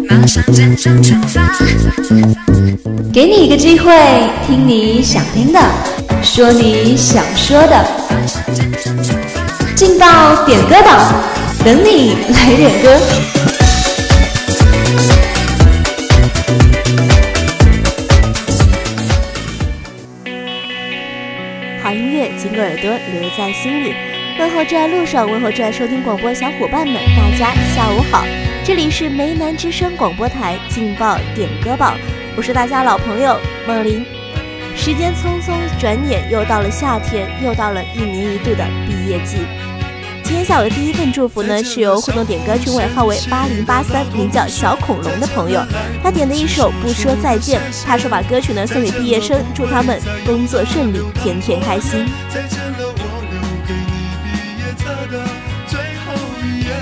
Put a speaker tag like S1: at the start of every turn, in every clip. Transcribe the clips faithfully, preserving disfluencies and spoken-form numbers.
S1: 马上见证出发，
S2: 给你一个机会，听你想听的，说你想说的，劲爆点歌榜，等你来点歌。
S3: 好音乐经过耳朵留在心里，问候正在路上，问候正在收听广播的小伙伴们，大家下午好，这里是梅南之声广播台劲爆点歌榜，我是大家老朋友梦玲。时间匆匆，转眼又到了夏天，又到了一年一度的毕业季。今天下午的第一份祝福呢，是由互动点歌群尾号为八零八三，名叫小恐龙的朋友，他点的一首不说再见，他说把歌曲呢送给毕业生，祝他们工作顺利，天天开心。
S4: 再见了，我留给你毕业册的最后一页，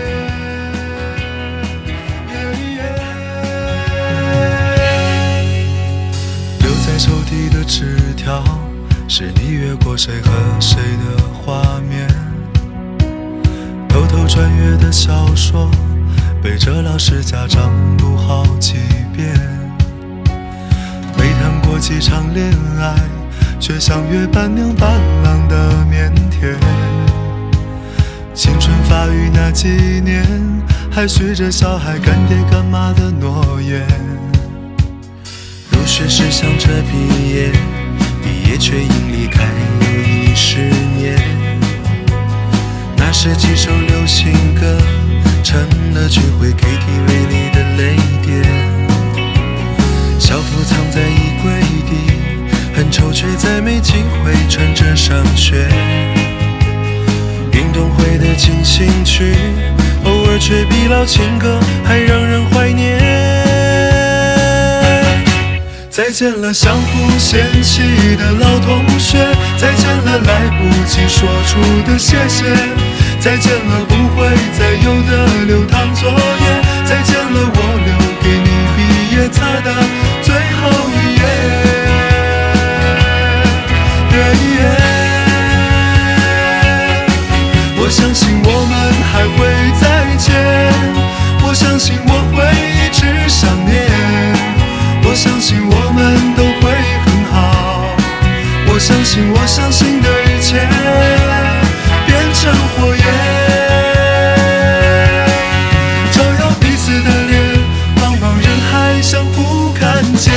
S4: 留在抽屉的纸条，是你越过谁和谁的画面，偷偷穿越的小说，背着老师家长读好几遍，没谈过几场恋爱，却像约伴娘伴郎的腼腆，青春发育那几年，还许着小孩干爹干妈的诺言，入学时想着毕业，毕业却因离开又已十年，那时几首流行歌成了聚会 K T V 里的泪点，校服藏在衣柜底，很愁却再没机会穿着上学，运动会的进行曲偶尔却比老情歌还让人怀念。再见了相互嫌弃的老同学，再见了来不及说出的谢谢，再见了不会再有的流淌作业，再见了我留给你毕业册的最后一页，我相信我们还会再见，我相信我会一直想念，我相信我们都会很好，我相信我相信的一切变成火焰，照耀彼此的脸，茫茫人海相互看见。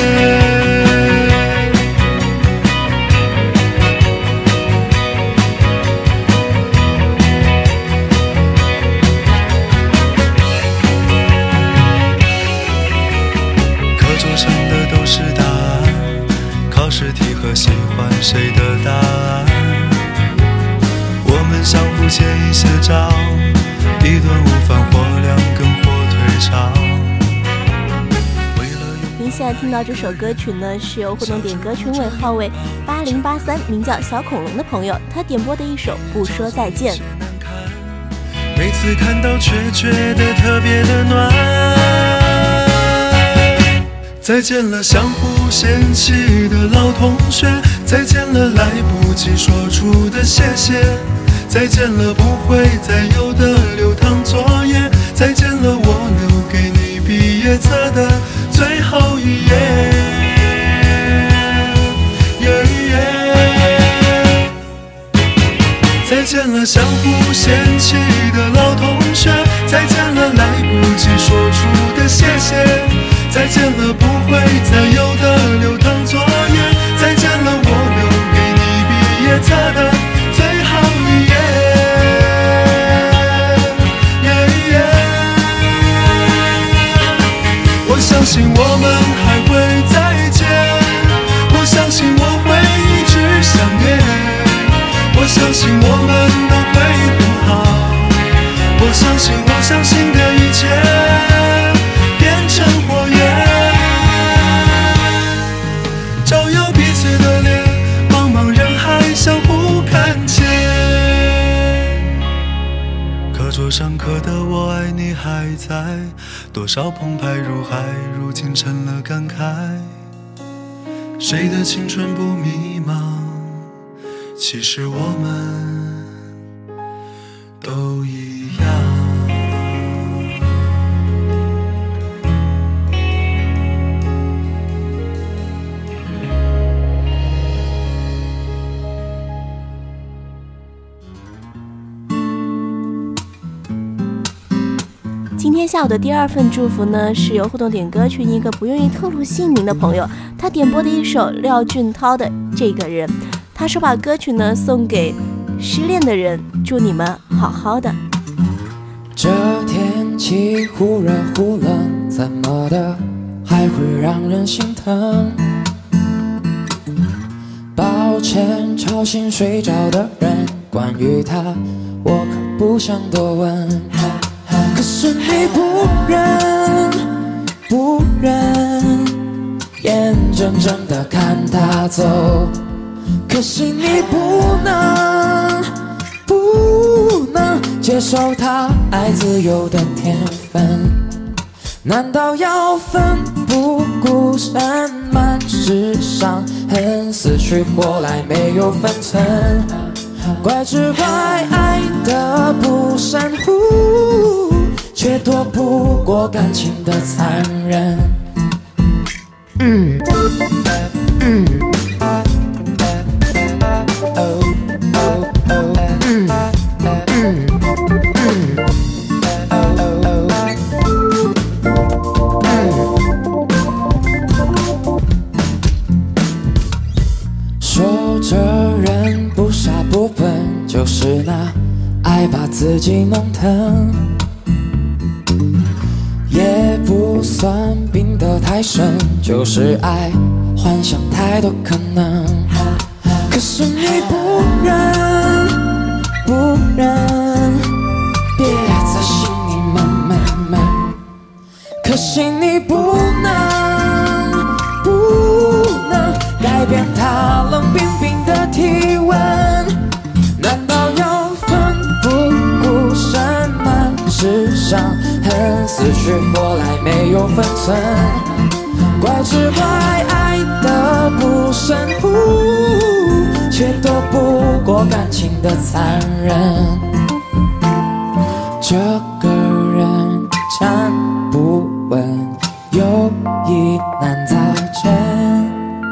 S4: 喜欢谁的答案，我们相互借一些招，一顿午饭或两根火腿肠。
S3: 您现在听到这首歌曲呢，是由互动点歌群尾号为八零八三，名叫小恐龙的朋友，他点播的一首不说再见。
S4: 每次看到却觉得特别的暖，再见了相互嫌弃的老同学，再见了来不及说出的谢谢，再见了不会再有的流淌作业，再见了我留给你毕业册的最后一页，再见了相互嫌弃的老同学，再见了来不及说出的谢谢，再见了不会再有的流淌作业，再见了我留给你毕业册的最后一页，我相信我们还会再见，我相信我会一直想念，我相信我们都会很好，我相信我相信的一切变成火焰，照耀彼此的脸，茫茫人海相互看见。课桌上刻的我爱你还在，多少澎湃如海，如今成了感慨，谁的青春不迷茫，其实我们都一样。
S3: 今天下午的第二份祝福呢，是由互动点歌群一个不愿意透露姓名的朋友，他点播的一首廖俊涛的《这个人》，他说把歌曲呢送给失恋的人，祝你们好好的。
S5: 这天气忽热忽冷，怎么的还会让人心疼？抱歉吵醒睡着的人，关于他我可不想多问。可是你不忍不忍眼睁睁地看他走，可惜你不能不能接受他爱自由的天分，难道要奋不顾身满是伤痕，死去活来没有分寸，怪只怪爱的不深乎，却躲不过感情的残忍。嗯嗯说这人不傻不笨，就是那爱把自己弄疼，也不算病得太深，就是爱幻想太多可能。可是你不忍不忍，别在心里闷闷闷，可惜你不能不能改变他冷冰冰的体温，难道要奋不顾身满是伤痕，死去活来没有分寸，怪只怪爱的不深乎，却躲不过感情的残忍。这个人站不稳，有一难杂症，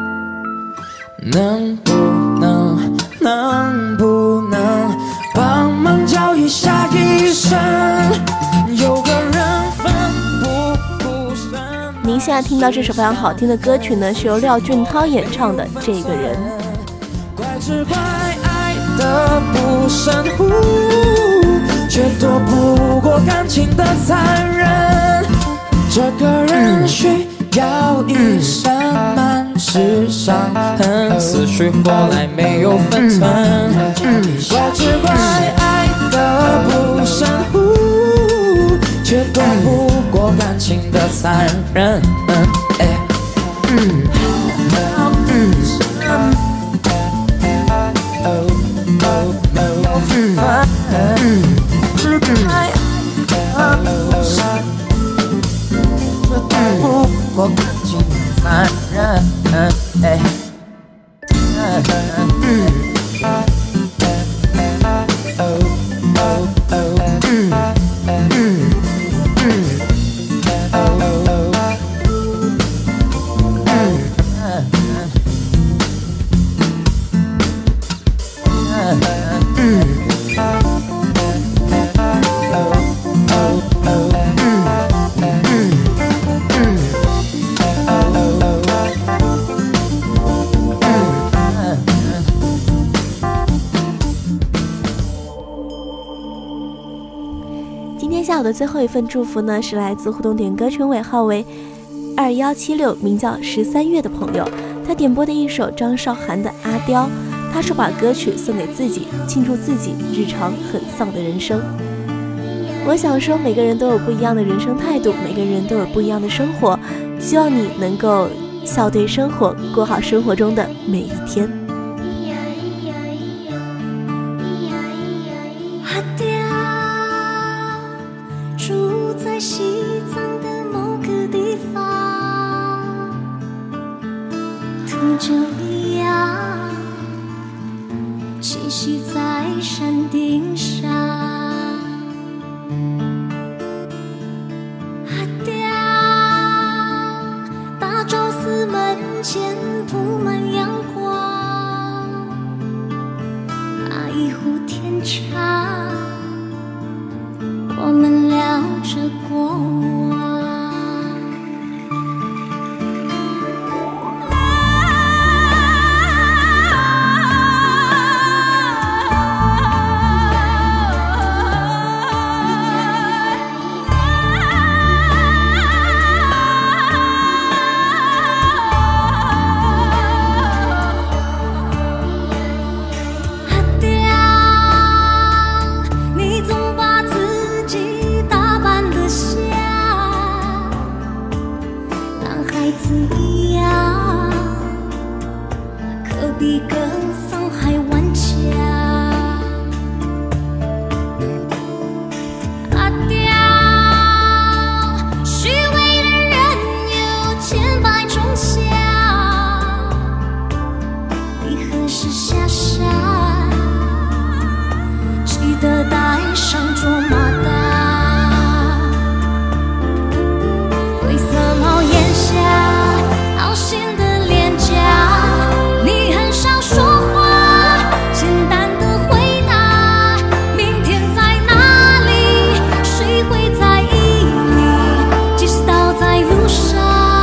S5: 能不能能不能帮忙叫一下医生？有个人奋不顾身。
S3: 您现在听到这首非常好听的歌曲呢，是由廖俊涛演唱的《这个人》。
S5: 怪只怪爱的不深乎，却躲不过感情的残忍。这个人需要一生满是伤痕，死去活来没有分寸，怪只怪爱的不深乎，却躲不过感情的残忍。哎嗯我感情残忍，哎，嗯，哦哦哦，嗯嗯嗯，哦哦，嗯嗯。
S3: 下午的最后一份祝福呢，是来自互动点歌群尾号为二幺七六，名叫十三月的朋友，他点播的一首张韶涵的《阿刁》，他说把歌曲送给自己，庆祝自己日常很丧的人生。我想说，每个人都有不一样的人生态度，每个人都有不一样的生活，希望你能够笑对生活，过好生活中的每一天。
S1: 住在西藏的某个地方，秃鹫一样栖息在山顶上。阿刁，大昭寺门前铺满阳光， 比格桑还顽强。阿刁，虚伪的人有千百种相，你何时下山？记得带上卓玛达。灰色帽檐下，凹陷的脸颊，你很少说话，简单的回答。明天在哪里？谁会在意你？即使倒在路上。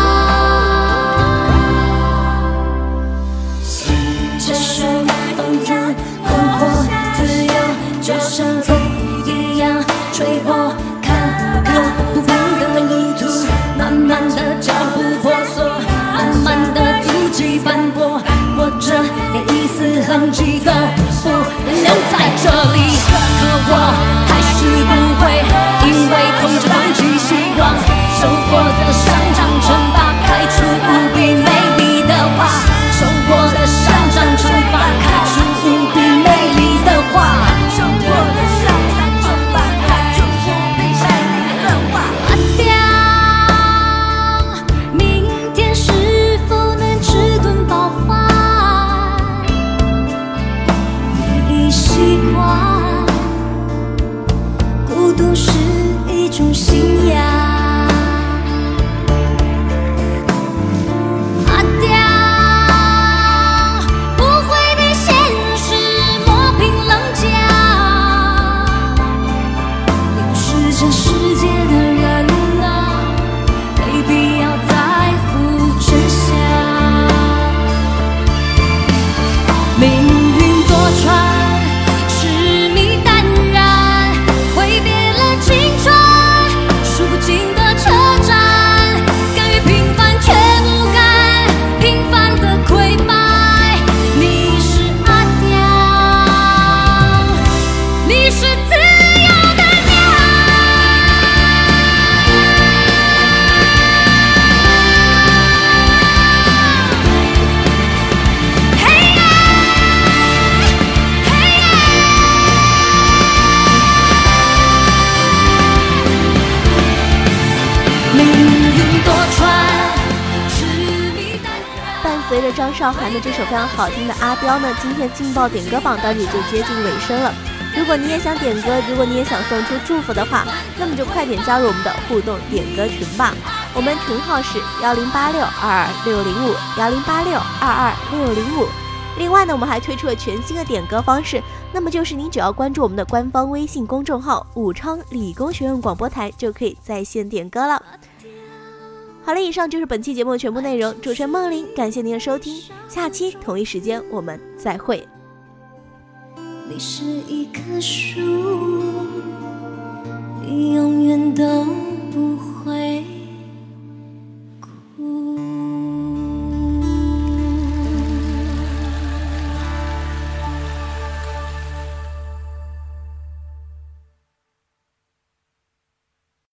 S1: 这是风子魂魄自由，就像风一样吹破。看看不凡的路途，慢慢的脚步婆娑，慢慢的自己反驳，或者连一丝痕迹都不留在这里。可我还是不会因为空着放弃希望，受过的伤长成疤，开出无比美丽的花。受过的伤长成疤，开出无比美丽的花。受过的伤长成疤，开出无比美丽的花。阿刁，明天是否能吃顿饱饭？你已习惯，孤独是一种信仰。阿刁，不会被现实磨平棱角。你不是这世界的人啊，没必要在乎真相。命运多舛，痴迷淡然，挥别了青春，数不尽的车站，甘于平凡却不甘平凡的溃败。你是阿刁，你是自由的鸟。嘿呀，嘿呀。命运多舛，痴迷淡然。
S3: 伴随着张韶涵的这首非常好听的《阿刁》呢，今天劲爆点歌榜当中就接近尾声了。如果你也想点歌，如果你也想送出祝福的话，那么就快点加入我们的互动点歌群吧。我们群号是幺零八六二二六零五幺零八六二二六零五。另外呢，我们还推出了全新的点歌方式，那么就是你只要关注我们的官方微信公众号武昌理工学院广播台，就可以在线点歌了。好了，以上就是本期节目的全部内容。主持人梦玲，感谢您的收听，下期同一时间我们再会。
S1: 你是一棵树，你永远都